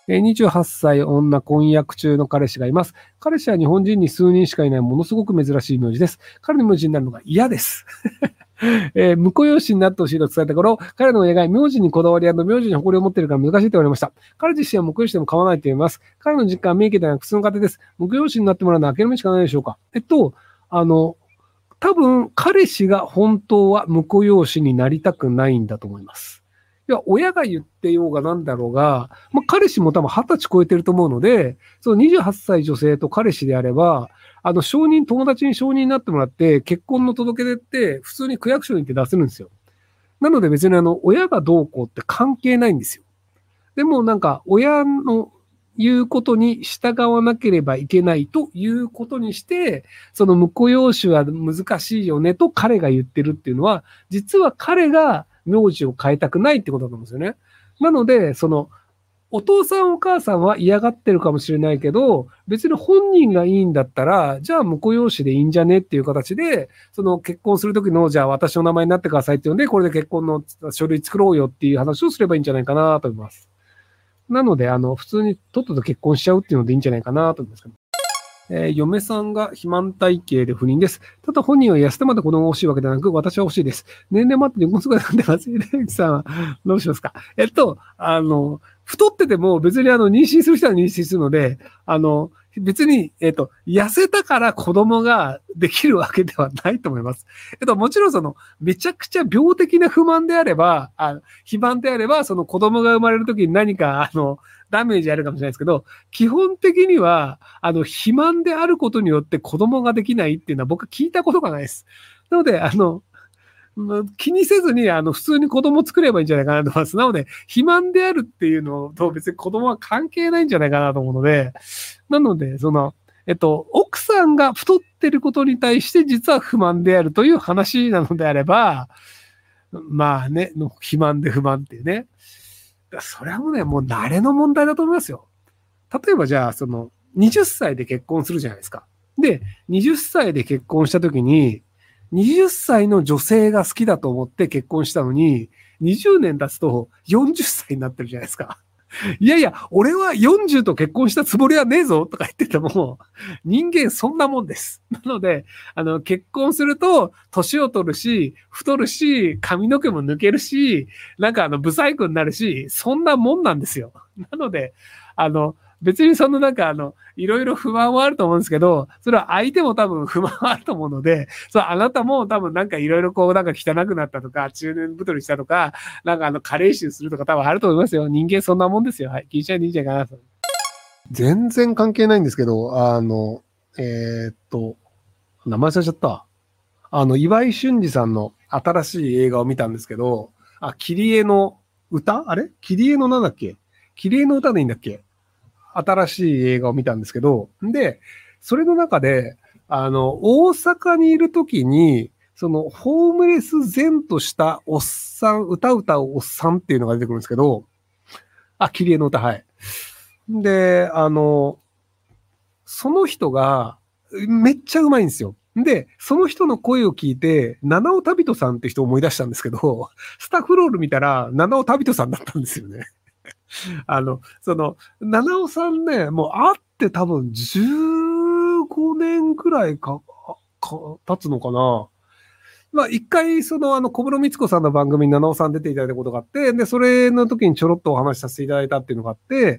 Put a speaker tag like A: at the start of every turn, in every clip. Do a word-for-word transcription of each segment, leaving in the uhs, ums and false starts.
A: えー、にじゅうはっさい女婚約中の彼氏がいます。彼氏は日本人に数人しかいないものすごく珍しい名字です。彼の名字になるのが嫌です。えー、婿養子になってほしいと伝えた頃、彼の親が名字にこだわりや名字に誇りを持っているから難しいと言われました。彼自身は婿養子でも構わないと言います。彼の実家は名家ではなく普通の家庭です。婿養子になってもらうのは諦めしかないでしょうか。えっと、あの、多分彼氏が本当は婿養子になりたくないんだと思います。いや、親が言ってようがなんだろうが、まあ、彼氏も多分はたち超えてると思うので、そのにじゅうはっさい女性と彼氏であれば、あの、承認、友達に承認になってもらって、結婚の届け出って普通に区役所に行って出せるんですよ。なので別にあの、親がどうこうって関係ないんですよ。でもなんか、親の言うことに従わなければいけないということにして、その婿養子は難しいよねと彼が言ってるっていうのは、実は彼が名字を変えたくないってことだと思うんですよね。なので、その、お父さんお母さんは嫌がってるかもしれないけど、別に本人がいいんだったら、じゃあ婿養子でいいんじゃねっていう形で、その結婚するときの、じゃあ私の名前になってくださいっていうので、これで結婚の書類作ろうよっていう話をすればいいんじゃないかなと思います。なので、あの、普通にとっとと結婚しちゃうっていうのでいいんじゃないかなと思います。えー、嫁さんが肥満体型で不妊です。ただ本人は痩せてまで子供が欲しいわけではなく、私は欲しいです。年齢もあって離婚することなんで、松井玲さんはどうしますか。えっと、あの、太ってても別にあの、妊娠する人は妊娠するので、あの、別に、えっと、痩せたから子供ができるわけではないと思います。えっと、もちろんその、めちゃくちゃ病的な不満であれば、あ肥満であれば、その子供が生まれるときに何か、あの、ダメージあるかもしれないですけど、基本的には、あの、肥満であることによって子供ができないっていうのは僕は聞いたことがないです。なので、あの、気にせずに、あの、普通に子供作ればいいんじゃないかなと思います。なので、肥満であるっていうのと別に子供は関係ないんじゃないかなと思うので、なので、その、えっと、奥さんが太ってることに対して実は不満であるという話なのであれば、まあね、の肥満で不満っていうね。それはもうね、もう慣れの問題だと思いますよ。例えばじゃあ、その、はたちで結婚するじゃないですか。で、はたちで結婚したときに、はたちの女性が好きだと思って結婚したのに、にじゅうねん経つとよんじゅっさいになってるじゃないですか。いやいや、俺はよんじゅうと結婚したつもりはねえぞとか言ってても、人間そんなもんです。なので、あの、結婚すると、年を取るし、太るし、髪の毛も抜けるし、なんかあの、ブサイクになるし、そんなもんなんですよ。なので、あの、別にそのなんかあの、いろいろ不満はあると思うんですけど、それは相手も多分不満はあると思うので、そう、あなたも多分なんかいろいろこうなんか汚くなったとか、中年太りしたとか、なんかあの、加齢臭するとか多分あると思いますよ。人間そんなもんですよ。はい。気にしないでいいんじゃないかなと。全然関係ないんですけど、あの、えー、っと、名前忘れちゃった。あの、岩井俊二さんの新しい映画を見たんですけど、あ、キリエの歌あれキリエのなんだっけキリエの歌でいいんだっけ新しい映画を見たんですけど、で、それの中で、あの、大阪にいるときに、その、ホームレス前としたおっさん、歌歌うおっさんっていうのが出てくるんですけど、あ、キリエの歌、はい。で、あの、その人が、めっちゃうまいんですよ。で、その人の声を聞いて、七尾旅人さんって人を思い出したんですけど、スタッフロール見たら、七尾旅人さんだったんですよね。あの、その、七尾さんね、もう会って多分じゅうごねんくらいか、か、経つのかな。まあ、一回、その、あの、小室光子さんの番組に七尾さん出ていただいたことがあって、で、それの時にちょろっとお話しさせていただいたっていうのがあって、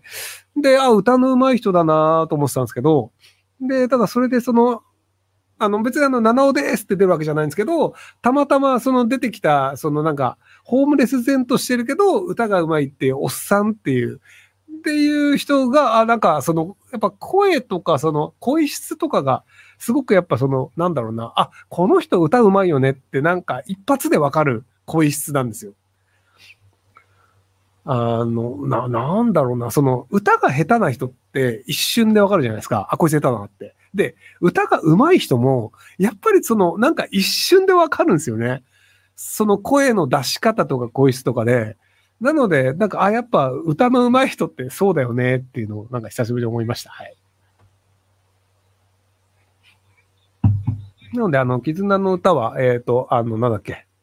A: で、あ、歌の上手い人だなと思ってたんですけど、で、ただそれでその、あの、別にあの、七尾ですって出るわけじゃないんですけど、たまたまその出てきた、そのなんか、ホームレス前としてるけど、歌が上手いっていうおっさんっていう、っていう人が、あ、なんかその、やっぱ声とかその声質とかが、すごくやっぱその、なんだろうな、あ、この人歌上手いよねってなんか一発でわかる声質なんですよ。あの、な、なんだろうな、その、歌が下手な人って一瞬でわかるじゃないですか。あ、こいつ下手だなって。で、歌が上手い人も、やっぱりその、なんか一瞬でわかるんですよね。その声の出し方とか声質とかで。なので、なんか、あ、やっぱ歌の上手い人ってそうだよねっていうのを、なんか久しぶりに思いました。はい。なので、あの、絆の歌は、えっと、あの、なんだっけ。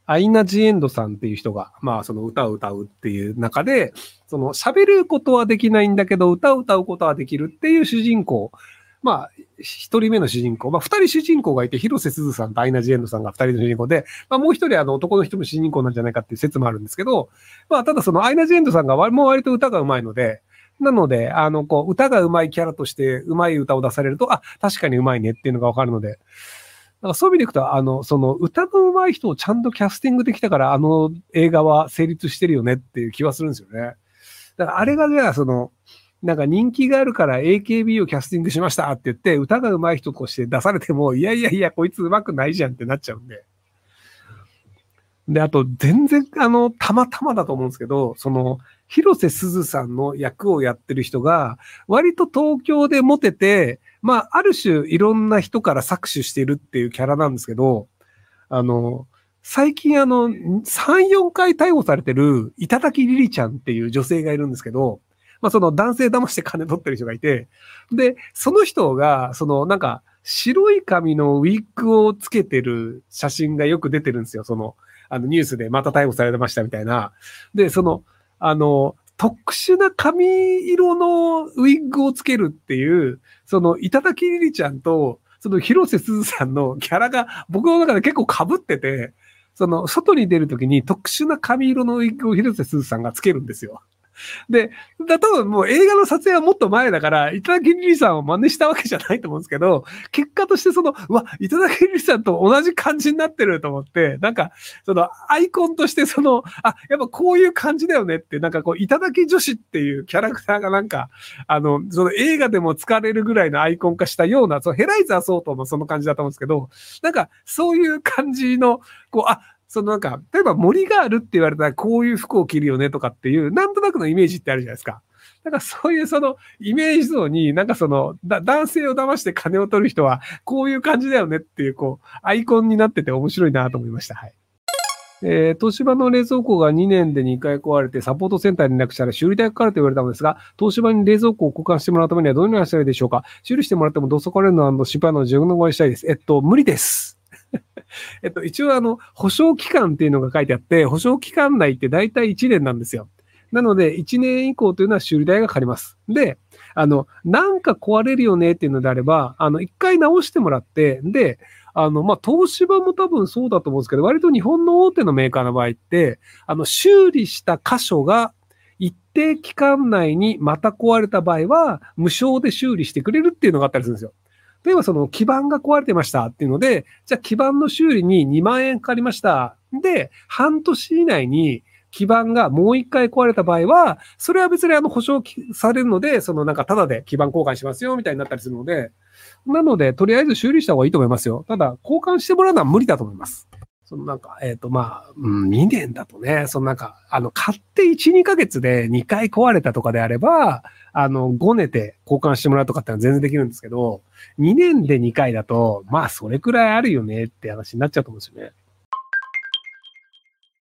A: アイナ・ジ・エンドさんっていう人が、まあその歌を歌うっていう中で、その喋ることはできないんだけど、歌を歌うことはできるっていう主人公。まあ、一人目の主人公。まあ二人主人公がいて、広瀬すずさんとアイナ・ジ・エンドさんが二人の主人公で、まあもう一人あの男の人も主人公なんじゃないかっていう説もあるんですけど、まあただそのアイナ・ジ・エンドさんがもう割と歌が上手いので、なので、あの、こう、歌が上手いキャラとして上手い歌を出されると、あ、確かに上手いねっていうのがわかるので、だからそういう意味でいくと、あの、その歌の上手い人をちゃんとキャスティングできたから、あの映画は成立してるよねっていう気はするんですよね。だからあれがじゃあ、その、なんか人気があるから エーケービー をキャスティングしましたって言って、歌が上手い人として出されても、いやいやいや、こいつ上手くないじゃんってなっちゃうんで。で、あと、全然、あの、たまたまだと思うんですけど、その、広瀬すずさんの役をやってる人が、割と東京でモテて、まあ、ある種いろんな人から搾取しているっていうキャラなんですけど、あの、最近あの、さん、よんかい逮捕されてる、いただきりりちゃんっていう女性がいるんですけど、まあ、その男性騙して金取ってる人がいて、で、その人が、その、なんか、白い髪のウィッグをつけてる写真がよく出てるんですよ、その、あのニュースでまた逮捕されてましたみたいな。で、その、あの、特殊な髪色のウィッグをつけるっていう、その、いただきりりちゃんと、その広瀬すずさんのキャラが僕の中で結構被ってて、その、外に出るときに特殊な髪色のウィッグを広瀬すずさんがつけるんですよ。で、だ多分もう映画の撮影はもっと前だから、いただきりりさんを真似したわけじゃないと思うんですけど、結果としてその、うわ、いただきりりさんと同じ感じになってると思って、なんか、そのアイコンとしてその、あ、やっぱこういう感じだよねって、なんかこう、いただき女子っていうキャラクターがなんか、あの、その映画でも使われるぐらいのアイコン化したような、そのヘライザーソートもその感じだと思うんですけど、なんか、そういう感じの、こう、あ、そのなんか、例えば森があるって言われたらこういう服を着るよねとかっていう、なんとなくのイメージってあるじゃないですか。だからそういうそのイメージ像に、なんかその、だ男性を騙して金を取る人はこういう感じだよねっていう、こう、アイコンになってて面白いなと思いました。はい。えー、東芝の冷蔵庫がにねんでにかい壊れてサポートセンターに連絡したら修理代がかかると言われたのですが、東芝に冷蔵庫を交換してもらうためにはどのようにしたらいいでしょうか。修理してもらってもどうそこられるの心配なので自分の声したいです。えっと、無理です。えっと、一応あの、保証期間っていうのが書いてあって、保証期間内って大体いちねんなんですよ。なので、いちねん以降というのは修理代がかかります。で、あの、なんか壊れるよねっていうのであれば、あの、一回直してもらって、で、あの、まあ、東芝も多分そうだと思うんですけど、割と日本の大手のメーカーの場合って、あの、修理した箇所が一定期間内にまた壊れた場合は、無償で修理してくれるっていうのがあったりするんですよ。例えばその基板が壊れてましたっていうので、じゃあ基板の修理ににまんえんかかりました。で、半年以内に基板がもう一回壊れた場合は、それは別にあの保証されるので、そのなんかタダで基板交換しますよみたいになったりするので、なので、とりあえず修理した方がいいと思いますよ。ただ、交換してもらうのは無理だと思います。そのなんか、えっと、まあ、うん、にねんだとね、そのなんか、あの、買っていち、にかげつでにかい壊れたとかであれば、あの、ごねて交換してもらうとかってのは全然できるんですけど、にねんでにかいだと、まあ、それくらいあるよねって話になっちゃうと思うんですよね。